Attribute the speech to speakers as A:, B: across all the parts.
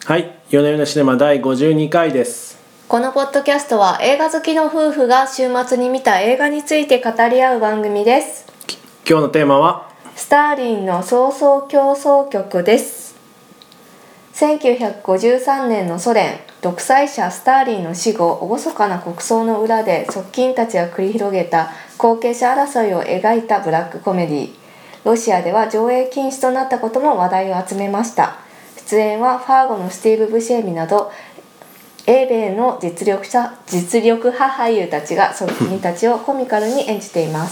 A: はい、夜な夜なシネマ第52回です。
B: このポッドキャストは映画好きの夫婦が週末に見た映画について語り合う番組です。
A: 今日のテーマは
B: スターリンの早々競争曲です。1953年のソ連、独裁者スターリンの死後、厳かな国葬の裏で側近たちが繰り広げた後継者争いを描いたブラックコメディ。ロシアでは上映禁止となったことも話題を集めました。出演はファーゴのスティーブ・ブシェーミなど英米の実力派俳優たちが側近たちをコミカルに演じています。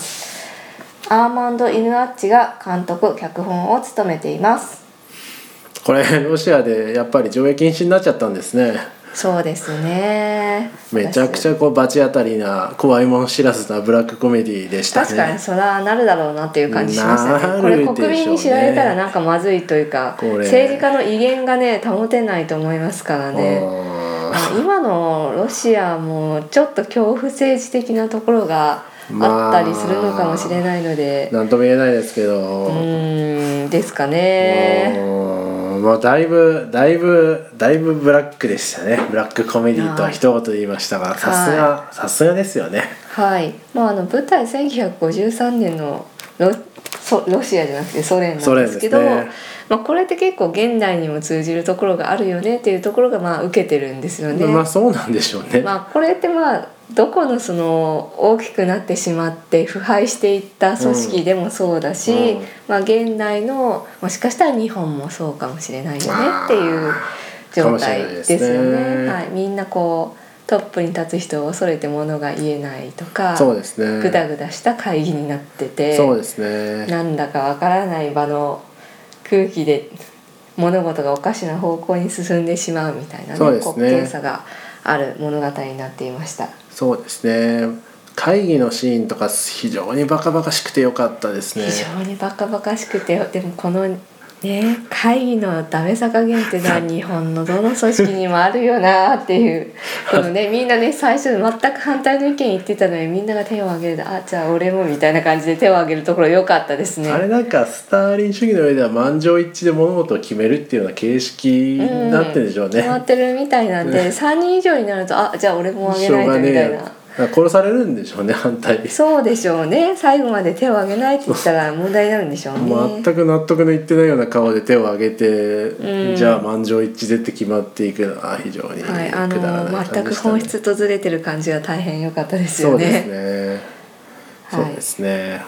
B: アーマンド・イヌアッチが監督・脚本を務めています。
A: これロシアでやっぱり上映禁止になっちゃったんですね。
B: そうですね。
A: めちゃくちゃ罰当たりな怖いもの知らずなブラックコメディでしたね。
B: 確かにそれはなるだろうなっていう感じしましたね。これ国民に知られたらなんかまずいというか、政治家の威厳がね保てないと思いますからね。今のロシアもちょっと恐怖政治的なところがあったりするのかもしれないので、
A: なんとも言えないですけど、
B: ですかね。
A: だいぶブラックでしたね。ブラックコメディとは一言で言いましたが、さすがですよね。
B: はい。舞台1953年のロシアじゃなくてソ連なんですけど、これって結構現代にも通じるところがあるよねっていうところが受けてるんですよね。
A: そうなんでしょうね。
B: これってどこのその大きくなってしまって腐敗していった組織でもそうだし、現代のもしかしたら日本もそうかもしれないよねっていう状態ですよね。はい、みんなトップに立つ人を恐れて物が言えないとか、
A: そうですね、
B: グダグダした会議になってて、
A: そうですね、
B: なんだかわからない場の空気で物事がおかしな方向に進んでしまうみたいな、滑稽さがある物語になっていました。
A: そうですね。会議のシーンとか非常にバカバカしくてよかったですね。
B: 非常にバカバカしくて、でもこのね、会議のダメさ加減ってのは日本のどの組織にもあるよなっていうこのね、みんなね最初全く反対の意見言ってたのにみんなが手を挙げると、じゃあ俺もみたいな感じで手を挙げるところ良かったですね。
A: あれなんかスターリン主義の上では満場一致で物事を決めるっていうような形式になってるんでしょうね。
B: 決まってるみたいなんで、3人以上になるとじゃあ俺も挙げないとみたいな。
A: 殺されるんでしょうね、反対に。
B: そうでしょうね。最後まで手を挙げないって言ったら問題になるんでしょうね。
A: 全く納得のいってないような顔で手を挙げて、じゃあ満場一致でって決まっていくのは非常にくだらない感じでしたね。
B: 全く本質とずれてる感じが大変良かったですよね。
A: そうですね、そうですね。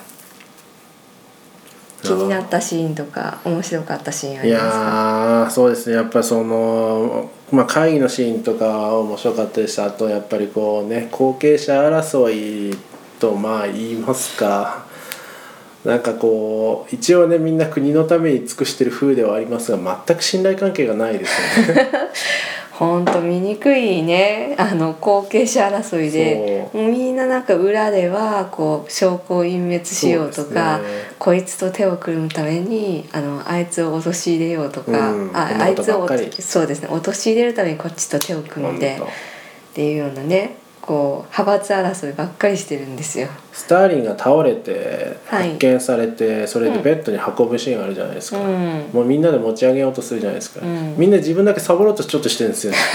B: 気になったシーンとか面白かったシーンありますか？
A: いやそうですね、やっぱ会議のシーンとか面白かったです。あとやっぱり後継者争いと言いますか、なんか一応ねみんな国のために尽くしてる風ではありますが、全く信頼関係がないですよね。
B: ほんと醜いね、後継者争いで、もうみんななんか裏では証拠を隠滅しようとか、こいつと手を組むためにあいつを陥れようとか、あいつをそうですね陥れるためにこっちと手を組んでっていうようなね、派閥争いばっかりしてるんですよ。
A: スターリンが倒れて発見されて、それでベッドに運ぶシーンあるじゃないですか、もうみんなで持ち上げようとするじゃないですか、みんな自分だけサボろうとちょっとしてるんですよね。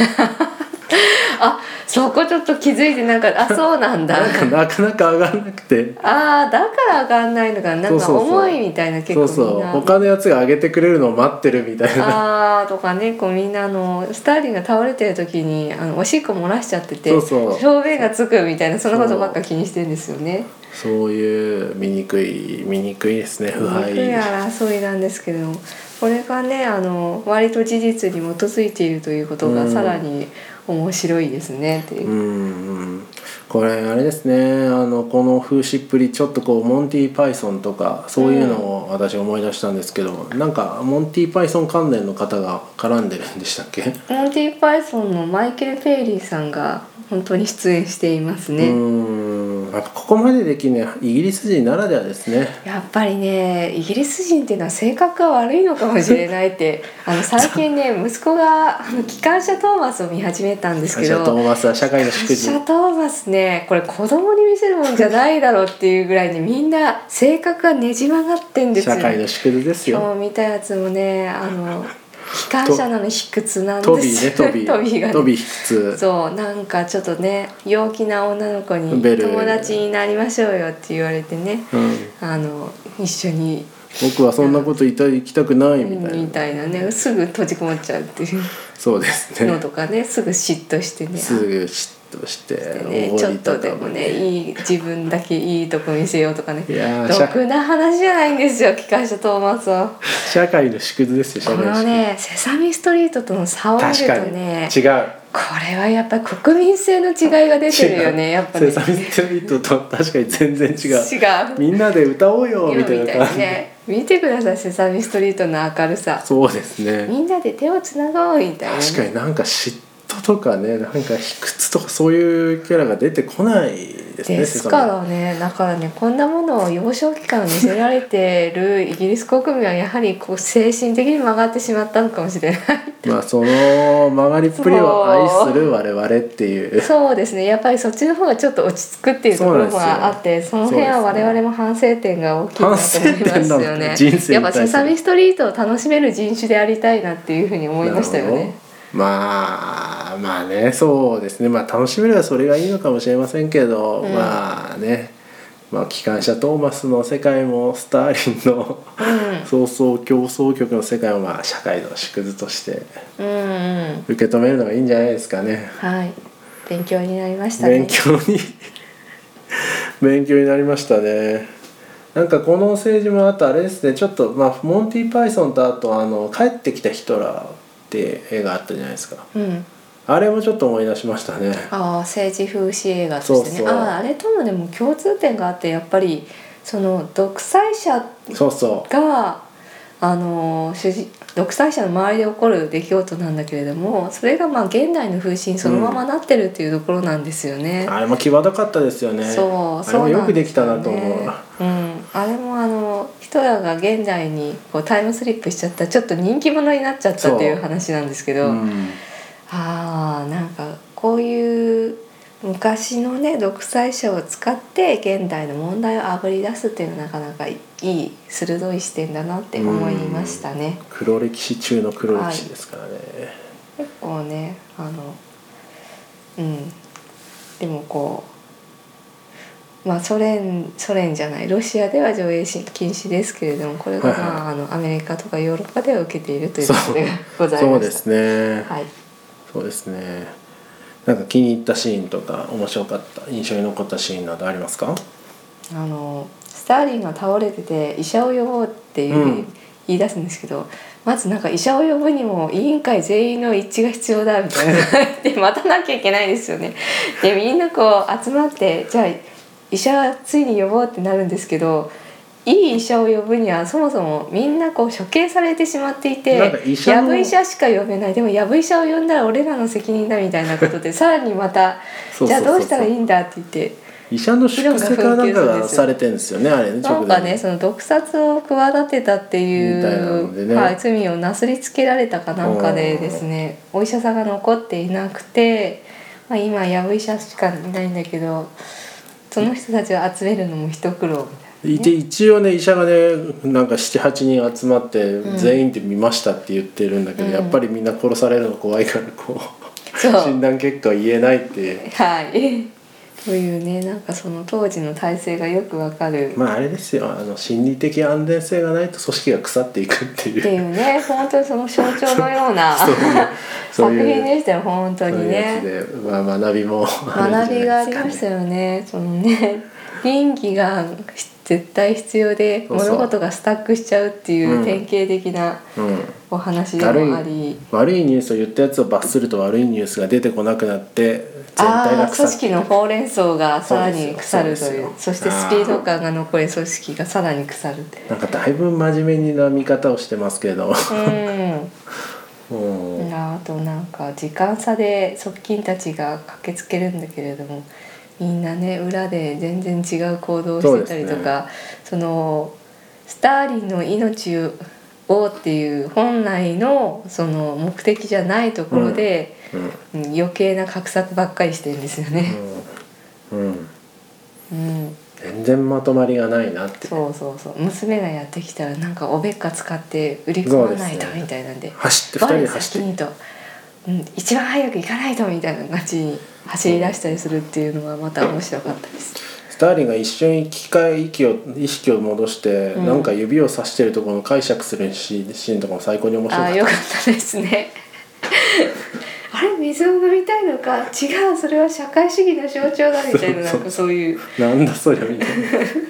B: そこちょっと気づいてそうなんだ。
A: なかなか上がらなくて、
B: だから上がんないのかな、なんか重いみたいな、結構みんな
A: 他のやつが上げてくれるのを待ってるみたいな。
B: とかね、みんなスターリンが倒れてる時におしっこ漏らしちゃってて、表面がつくみたいな、そんなことばっか気にしてるんですよね。
A: そういう醜いですね、腐敗。
B: 醜い争いなんですけども、これがね割と事実に基づいているということがさらに面白いですねっていう。
A: これあれですね、この風刺っぷりちょっとモンティ・パイソンとかそういうのを私思い出したんですけど、なんかモンティ・パイソン関連の方が絡んでるんでしたっけ？
B: モンティ・パイソンのマイケル・ペイリーさんが本当に出演していますね。
A: やっぱここまでできるね、イギリス人ならではですね。
B: やっぱりね、イギリス人っていうのは性格が悪いのかもしれないって最近ね息子が機関車トーマスを見始めたんですけど、
A: 機関車トーマスは社会の祝辞。
B: 機関車トーマスね、これ子供に見せるもんじゃないだろうっていうぐらいにみんな性格がねじ曲がってんですよ。
A: 社会の祝辞ですよ。
B: 今日見たやつもね機関車なのに卑屈なん
A: トビ
B: です
A: ーねトビ
B: トビーがね
A: トビー卑屈。
B: そうなんかちょっとね陽気な女の子に
A: ベル
B: 友達になりましょうよって言われてね、
A: うん、
B: 一緒に
A: 僕はそんなこと行きたくないみたいな、
B: みたいなねすぐ閉じこもっちゃうっていう
A: そうですね
B: のとかねすぐ嫉妬してね
A: すぐ嫉妬して
B: ね、ちょっとでもねいい自分だけいいとこ見せようとかね、
A: いや
B: ろくな話じゃないんですよ機関車トーマスは。
A: 社会の縮図ですよ社
B: こ
A: 会の縮図。
B: のねセサミストリートとの差を見るとね
A: 確かに違う。
B: これはやっぱり国民性の違いが出てるよねやっぱね。
A: セサミストリートと確かに全然違う。
B: 違う
A: みんなで歌おうよみたいな感じ。
B: ね見てくださいセサミストリートの明るさ。
A: そうですね。
B: みんなで手をつなごうみたいな、ね、
A: 確かになんか嫉妬とかねなんか卑屈とかそういうキャラが出てこないですね。
B: ですからねだからねこんなものを幼少期から見せられてるイギリス国民はやはりこう精神的に曲がってしまったのかもしれない。
A: まあその曲がりっぷりを愛する我々っていう。
B: そうですねやっぱりそっちの方がちょっと落ち着くっていうところがあってその辺は我々も反省点が大きいなと思いますよね。やっぱセサミストリートを楽しめる人種でありたいなっていうふうに思いましたよね。
A: まあねそうですねまあ楽しめればそれがいいのかもしれませんけど、
B: うん、
A: まあね機関車トーマスの世界もスターリンの、競争曲の世界も社会の縮図として受け止めるのがいいんじゃないですかね。
B: はい勉強になりましたね。
A: 勉強になりましたね。なんかこの政治もあとあれですねちょっとモンティ・パイソンとあと帰ってきたヒトラーって映画あったじゃないですか、あれもちょっと思い出しましたね。
B: 政治風刺映画としてね。あれともでも共通点があってやっぱりその独裁者が独裁者の周りで起こる出来事なんだけれどもそれが現代の風刺にそのままなってるっていうところなんですよね。
A: あれも際どかったですよね。あれもよくできたなと思う。
B: あれもヒトラーが現代にこうタイムスリップしちゃったちょっと人気者になっちゃったっていう話なんですけど、なんかこういう昔のね独裁者を使って現代の問題をあぶり出すっていうのはなかなかいい鋭い視点だなって思いましたね。
A: 黒歴史中の黒歴史ですからね、
B: 結構ねでもこうソ連じゃないロシアでは上映禁止ですけれどもこれがアメリカとかヨーロッパでは受けているということでございました。
A: そうですね、
B: はい、そう
A: ですね。なんか気に入ったシーンとか面白かった印象に残ったシーンなどありますか？
B: スターリンが倒れてて医者を呼ぼうっていうふうに言い出すんですけど、まずなんか医者を呼ぶにも委員会全員の一致が必要だみたいなで待たなきゃいけないですよね。でみんなこう集まってじゃあ医者ついに呼ぼうってなるんですけどいい医者を呼ぶにはそもそもみんなこう処刑されてしまっていてやぶ医者しか呼べない。でもやぶ医者を呼んだら俺らの責任だみたいなことでさらにまたじゃあどうしたらいいんだって言って
A: 医者の粛清かなんかがされてるんですよねあれね。
B: なんかねその毒殺を企てたっていう、ね罪をなすりつけられたかなんかでですねお医者さんが残っていなくて、今やぶ医者しかいないんだけどその人たちを集めるのも一苦労みたいな。
A: 一応ね医者がねなんか 7,8 人集まって全員で見ましたって言ってるんだけど、やっぱりみんな殺されるの怖いからこう診断結果言えないって
B: というねなんかその当時の体制がよくわかる。
A: あれですよ心理的安全性がないと組織が腐っていくっていう
B: ね本当にその象徴のような作品でしたよ本当にね。
A: 学びも
B: 学びがありましたよね。そのね倫理が絶対必要で物事がスタックしちゃうっていう典型的なお話でもあり、
A: 悪いニュースを言ったやつを罰すると悪いニュースが出てこなくなって全体が腐って
B: 組織のほうれん草がさらに腐るというそしてスピード感が残り組織がさらに腐るって
A: なんかだいぶ真面目な見方をしてますけどあ
B: となんか時間差で側近たちが駆けつけるんだけれどもみんなね裏で全然違う行動をしてたりとか そのスターリンの命をっていう本来のその目的じゃないところで、余計な画策ばっかりしてるんですよね。
A: 全然まとまりがないなって。
B: そうそうそう、娘がやってきたらなんかおべっか使って売り込まないとみたいなんで、
A: 走って2人で走って
B: 我先にと、一番早く行かないとみたいな感じに走り出したりするっていうのがまた面白かったです。
A: スターリンが一瞬意識を戻して、なんか指をさしてるところの解釈するシーンとかも最高に面白かった。
B: よかったですねあれ水を飲みたいのか、違う、それは社会主義の象徴だみたいな、なんかそういう
A: なんだそれみたいな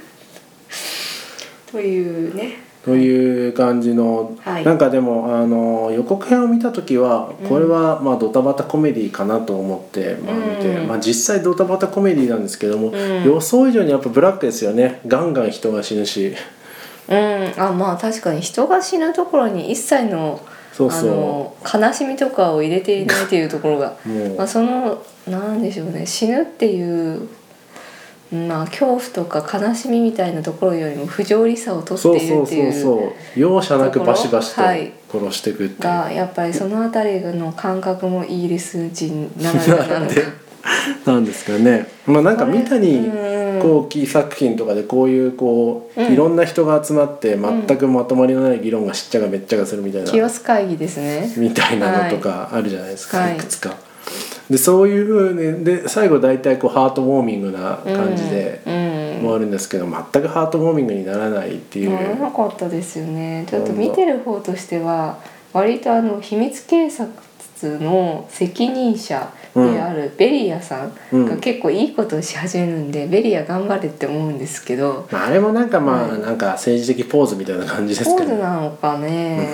B: というね、
A: という感じの、なんかでも予告編を見た時はこれはまあドタバタコメディかなと思って、見て、実際ドタバタコメディなんですけども、予想以上にやっぱブラックですよね。ガンガン人が死ぬし、
B: まあ確かに人が死ぬところに一切の悲しみとかを入れていないというところがそのなんでしょうね、死ぬっていう恐怖とか悲しみみたいなところよりも不条理さをとっているっていう
A: 容赦なくバシバシと殺していくっていう、
B: がやっぱりそのあたりの感覚もイギリス人ならではなのか
A: なんですかね。なんか三谷幸喜作品とかでこういういろんな人が集まって全くまとまりのない議論がしっちゃがめっちゃがするみたいな、
B: 清須会議ですね
A: みたいなのとかあるじゃないですか、いくつか。でそういう風にで最後大体ハートウォーミングな感じで終わるんですけど、全くハートウォーミングにならないっていう。
B: ならなかったですよね。ちょっと見てる方としては割と秘密警察の責任者であるベリアさんが結構いいことをし始めるんで、ベリア頑張れって思うんですけど、
A: あれもなんかなんか政治的ポーズみたいな感じですけど、
B: ポーズなのかね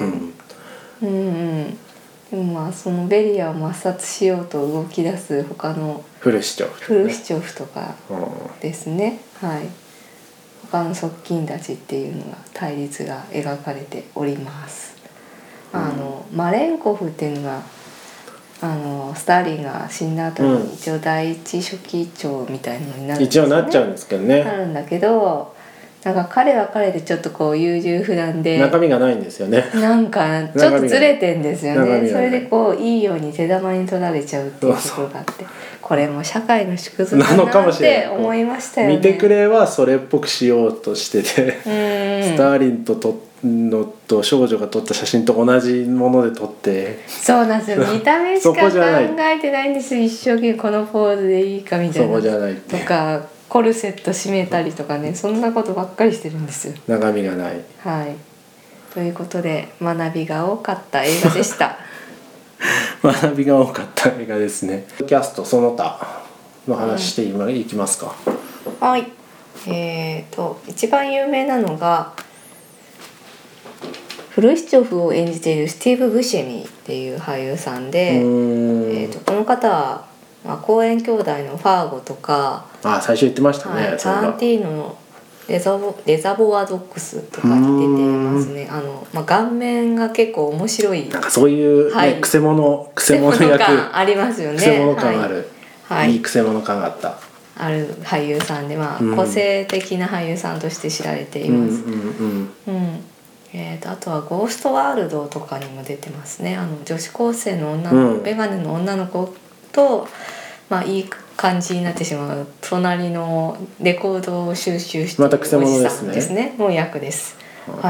B: でもそのベリアを抹殺しようと動き出す他の
A: フルシチョ
B: フとかですね、他の側近たちっていうのが対立が描かれております。マレンコフっていうのがスターリンが死んだ後に一応第一書記長みたいなのになるんですよね。
A: 一応なっちゃうんですけどね。
B: なるんだけど、なんか彼は彼でちょっと優柔不断で
A: 中身がないんですよね。
B: なんかちょっとずれてんですよね。それでいいように手玉に取られちゃうっていうところがあって、これも社会の縮図だなって思いましたよね。
A: 見てくれはそれっぽくしようとしてて、スターリンと少女が撮った写真と同じもので撮って、
B: そうなんですよ。見た目しか考えてないんですよ。一生懸命このポーズでいいかみたいな、
A: そこじゃないって
B: とかコルセット締めたりとかね、そんなことばっかりしてるんですよ。
A: 中身がない。
B: ということで学びが多かった映画でした
A: 学びが多かった映画ですね。キャストその他の話していきますか。
B: 一番有名なのがフルシチョフを演じているスティーブ・ブシェミっていう俳優さんで、この方はコーエン兄弟のファーゴとか、
A: 最初言ってましたね。
B: タランティーノのレザボアドックスとかに出てますね。顔面が結構面白い、
A: なんかそういう、くせ者役
B: 感ありますよね。
A: くせ者感ある、いいくせ者感があった
B: ある俳優さんで、個性的な俳優さんとして知られています。あとはゴーストワールドとかにも出てますね。女子高生のメガネの女の子と、いい感じになってしまう隣のレコードを収集しているおじさんですねの役です。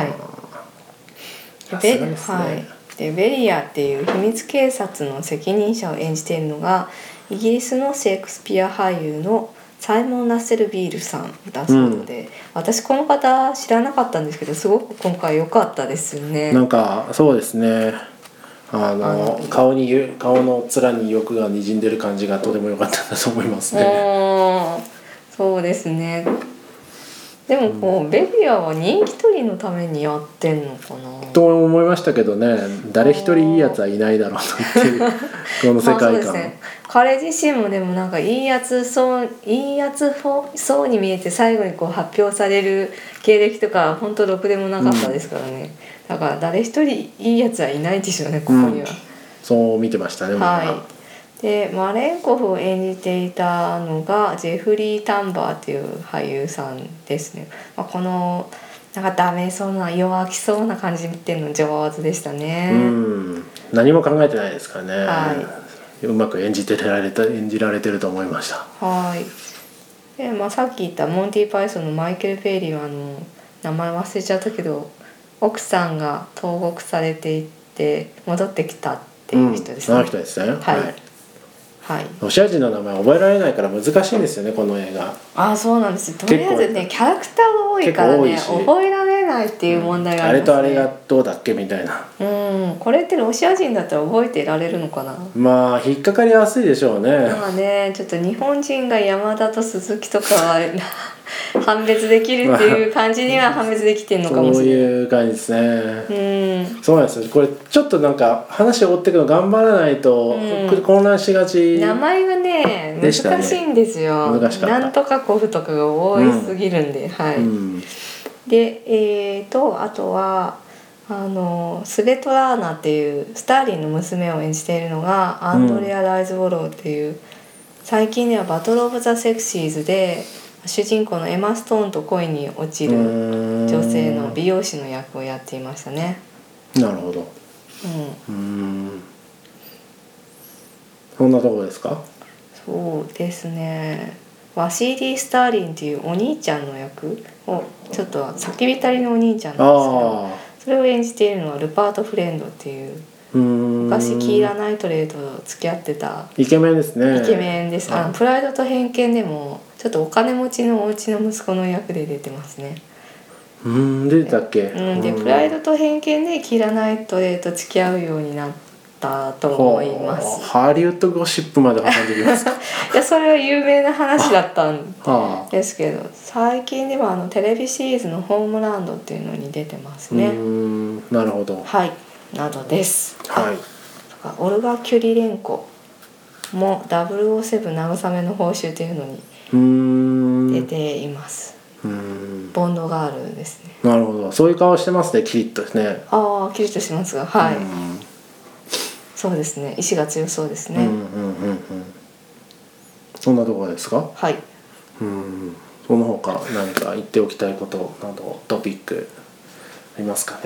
B: でベリアっていう秘密警察の責任者を演じているのがイギリスのシェイクスピア俳優のサイモン・ラッセル・ビールさんだそうで、私この方知らなかったんですけど、すごく今回良かったですよね。
A: なんかそうですね、顔の面に欲がにじんでる感じがとても良かったんだと思いますね。
B: そうですね。でもベリアは人気取りのためにやってんのかな
A: と思いましたけどね。誰一人いいやつはいないだろうと言ってるこの世界観。
B: 彼自身もでもなんかいいやつそうに見えて最後に発表される経歴とか本当ろくでもなかったですからね。だから誰一人いいやつはいないでしょうね、ここには。
A: そう見てましたね。
B: でマレンコフを演じていたのがジェフリー・タンバーっていう俳優さんですね。このなんかダメそうな弱気そうな感じっていうの上手でしたね。
A: 何も考えてないですからね。うまく演じられてると思いました。
B: で、さっき言ったモンティ・パイソンのマイケル・ペイリーは名前忘れちゃったけど、奥さんが投獄されていって戻ってきたっていう人ですね。
A: あの人ですね。
B: はい、
A: ロシア人の名前覚えられないから難しいんですよね、この映画。
B: そうなんですよ。とりあえずね、キャラクターが多いからね、覚えられないっていう問題がありますね。
A: あれとあれがどうだっけみたいな。
B: これってロシア人だったら覚えていられるのかな。
A: 引っかかりやすいでしょうね。
B: ちょっと日本人が山田と鈴木とかは判別できるっていう感じには判別できてるのかもしれない。そう
A: いう感じですね。そうなんですよ。これちょっとなんか話を追っていくの頑張らないと混乱しがち、
B: 名前がね難しいんですよ。
A: 難しかった。
B: なんとかコフとかが多いすぎるんで、であとはスベトラーナっていうスターリンの娘を演じているのがアンドレア・ライズボローっていう、最近ではバトル・オブ・ザ・セクシーズで主人公のエマ・ストーンと恋に落ちる女性の美容師の役をやっていましたね。
A: なるほど。そんなとこですか？
B: そうですね。ワシーリー・スターリンっていうお兄ちゃんの役を、ちょっと叫びたりのお兄ちゃんなんですけど、それを演じているのはルパート・フレンドっていう、昔キーラ・ナイトレイと付き合ってた
A: イケメンですね。
B: イケメンです。プライドと偏見でもちょっとお金持ちのお家の息子の役で出てますね。
A: 出てたっけ？
B: でプライドと偏見でキーラ・ナイトレイと付き合うようになったと思います。
A: ハリウッドゴシップまで挟んできますか？
B: いや、それは有名な話だったんですけど、最近ではテレビシリーズのホームランドっていうのに出てますね。
A: なるほど。
B: はい、などです。
A: はい。
B: オルガ・キュリレンコも007慰めの報酬というのに出ています。ボンドガールですね。
A: なるほど。そういう顔してますね。キリッとですね。
B: キリッとしますが、はい。そうですね。意志が強そうですね。
A: そんなところですか？
B: はい。
A: その他何か言っておきたいことなどトピックありますか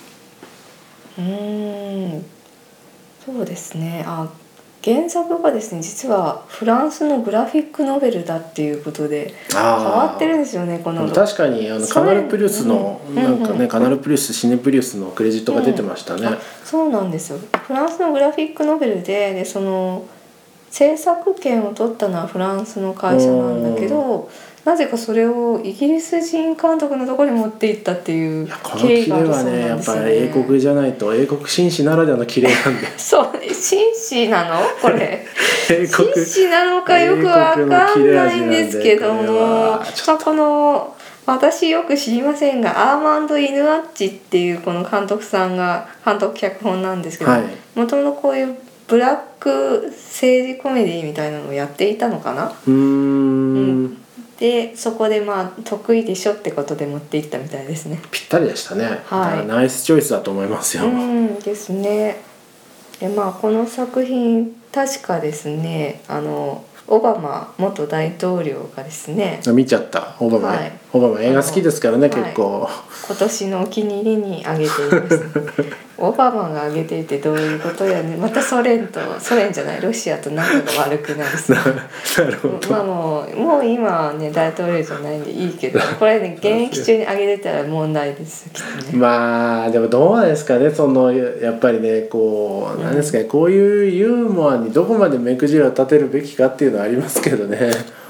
A: ね？
B: そうですね。原作がですね、実はフランスのグラフィックノベルだっていうことで変わってるんですよね。この
A: 確かにカナルプリウスのなんかね、カナルプリウスシネプリウスのクレジットが出てましたね。
B: そうなんですよ。フランスのグラフィックノベルでその制作権を取ったのはフランスの会社なんだけど、なぜかそれをイギリス人監督のところに持っていったっていう経緯があるそうなんですよね。
A: やっぱり英国じゃないと、英国紳士ならではの綺麗なんで
B: そう紳士なのこれ紳士なのかよくわかんないんですけども、この私よく知りませんがアーマンド・イヌアッチっていうこの監督さんが監督脚本なんですけど、もともとこういうブラック政治コメディみたいなのをやっていたのかな。でそこで得意でしょってことで持っていったみたいですね。
A: ぴったりでしたね。ナイスチョイスだと思いますよ。
B: ですね。でこの作品確かですね、オバマ元大統領がですね、
A: 見ちゃったオバマ、オバマ映画好きですからね、結構
B: 今年のお気に入りに挙げています、オバマが挙げていてどういうことやね。またソ連じゃないロシアと仲が悪くなるしなるほど。もう今はね大統領じゃないんでいいけど、これね現役中に挙げてたら問題ですきっとね。
A: でもどうですかね、やっぱりね何ですかね、こういうユーモアにどこまで目くじらを立てるべきかっていうのはありますけどね。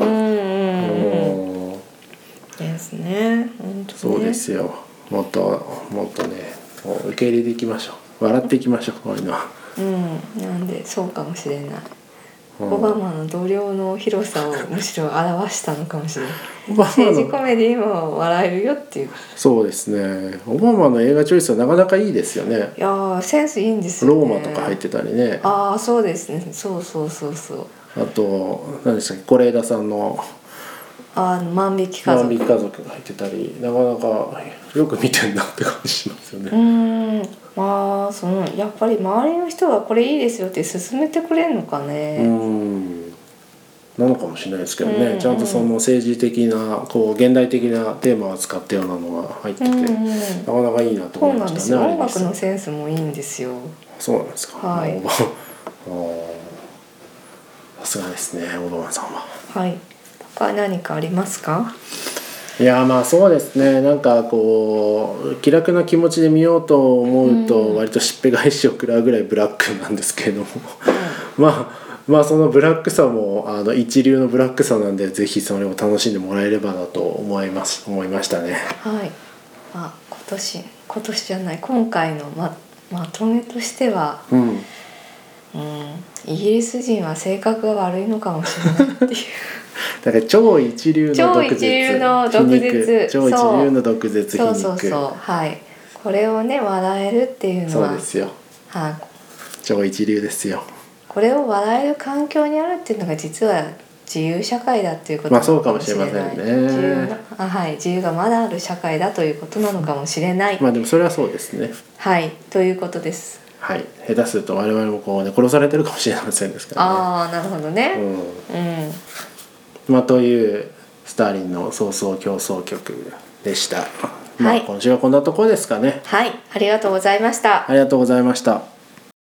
B: ですね。
A: そうですよ。もっとね受け入れていきましょう。笑っていきましょう、こういうのは。
B: なんでそうかもしれない。オバマの度量の広さをむしろ表したのかもしれない。政治コメディも笑えるよっていう。
A: そうですね。オバマの映画チョイスはなかなかいいですよね。
B: いやセンスいいんですよね。
A: ローマとか入ってたりね。
B: そうですね。そう。
A: あと何でしたっけ、是枝さんの
B: 万引き家族
A: が入ってたり、なかなかよく見てんなって感じしますよね。
B: やっぱり周りの人がこれいいですよって勧めてくれるのかね。
A: なのかもしれないですけどね、ちゃんとその政治的な現代的なテーマを扱ったようなのが入ってて、なかなかいいなと思いましたね。
B: 音楽のセンスもいいんですよ。
A: そうなんですか。
B: はい。
A: さすがですね、オバマさんは。
B: はい。 他何かありますか？
A: いやまあそうですね、なんかこう気楽な気持ちで見ようと思うと割としっぺ返しを食らうぐらいブラックなんですけれどもまあそのブラックさも一流のブラックさなんで、ぜひそれを楽しんでもらえればなと思いましたね。
B: はい。今年じゃない、今回のまとめとしては、イギリス人は性格が悪いのかもしれないっていう
A: だから超一流の毒舌、超一流の毒舌皮肉、
B: そうはい、これをね笑えるっていうのは
A: そうですよ、
B: はい、
A: 超一流ですよ。
B: これを笑える環境にあるっていうのが実は自由社会だっていうことなのかもしれない。
A: そうかもしれませんね。
B: 自由がまだある社会だということなのかもしれない。
A: まあでもそれはそうですね。
B: はい、ということです。
A: はい、下手すると我々もこうね殺されてるかもしれませんですからね。
B: ああ、なるほどね。
A: まあというスターリンの早々競争曲でした。まあ今週はこんなところですかね。
B: はい、ありがとうございました。
A: ありがとうございました。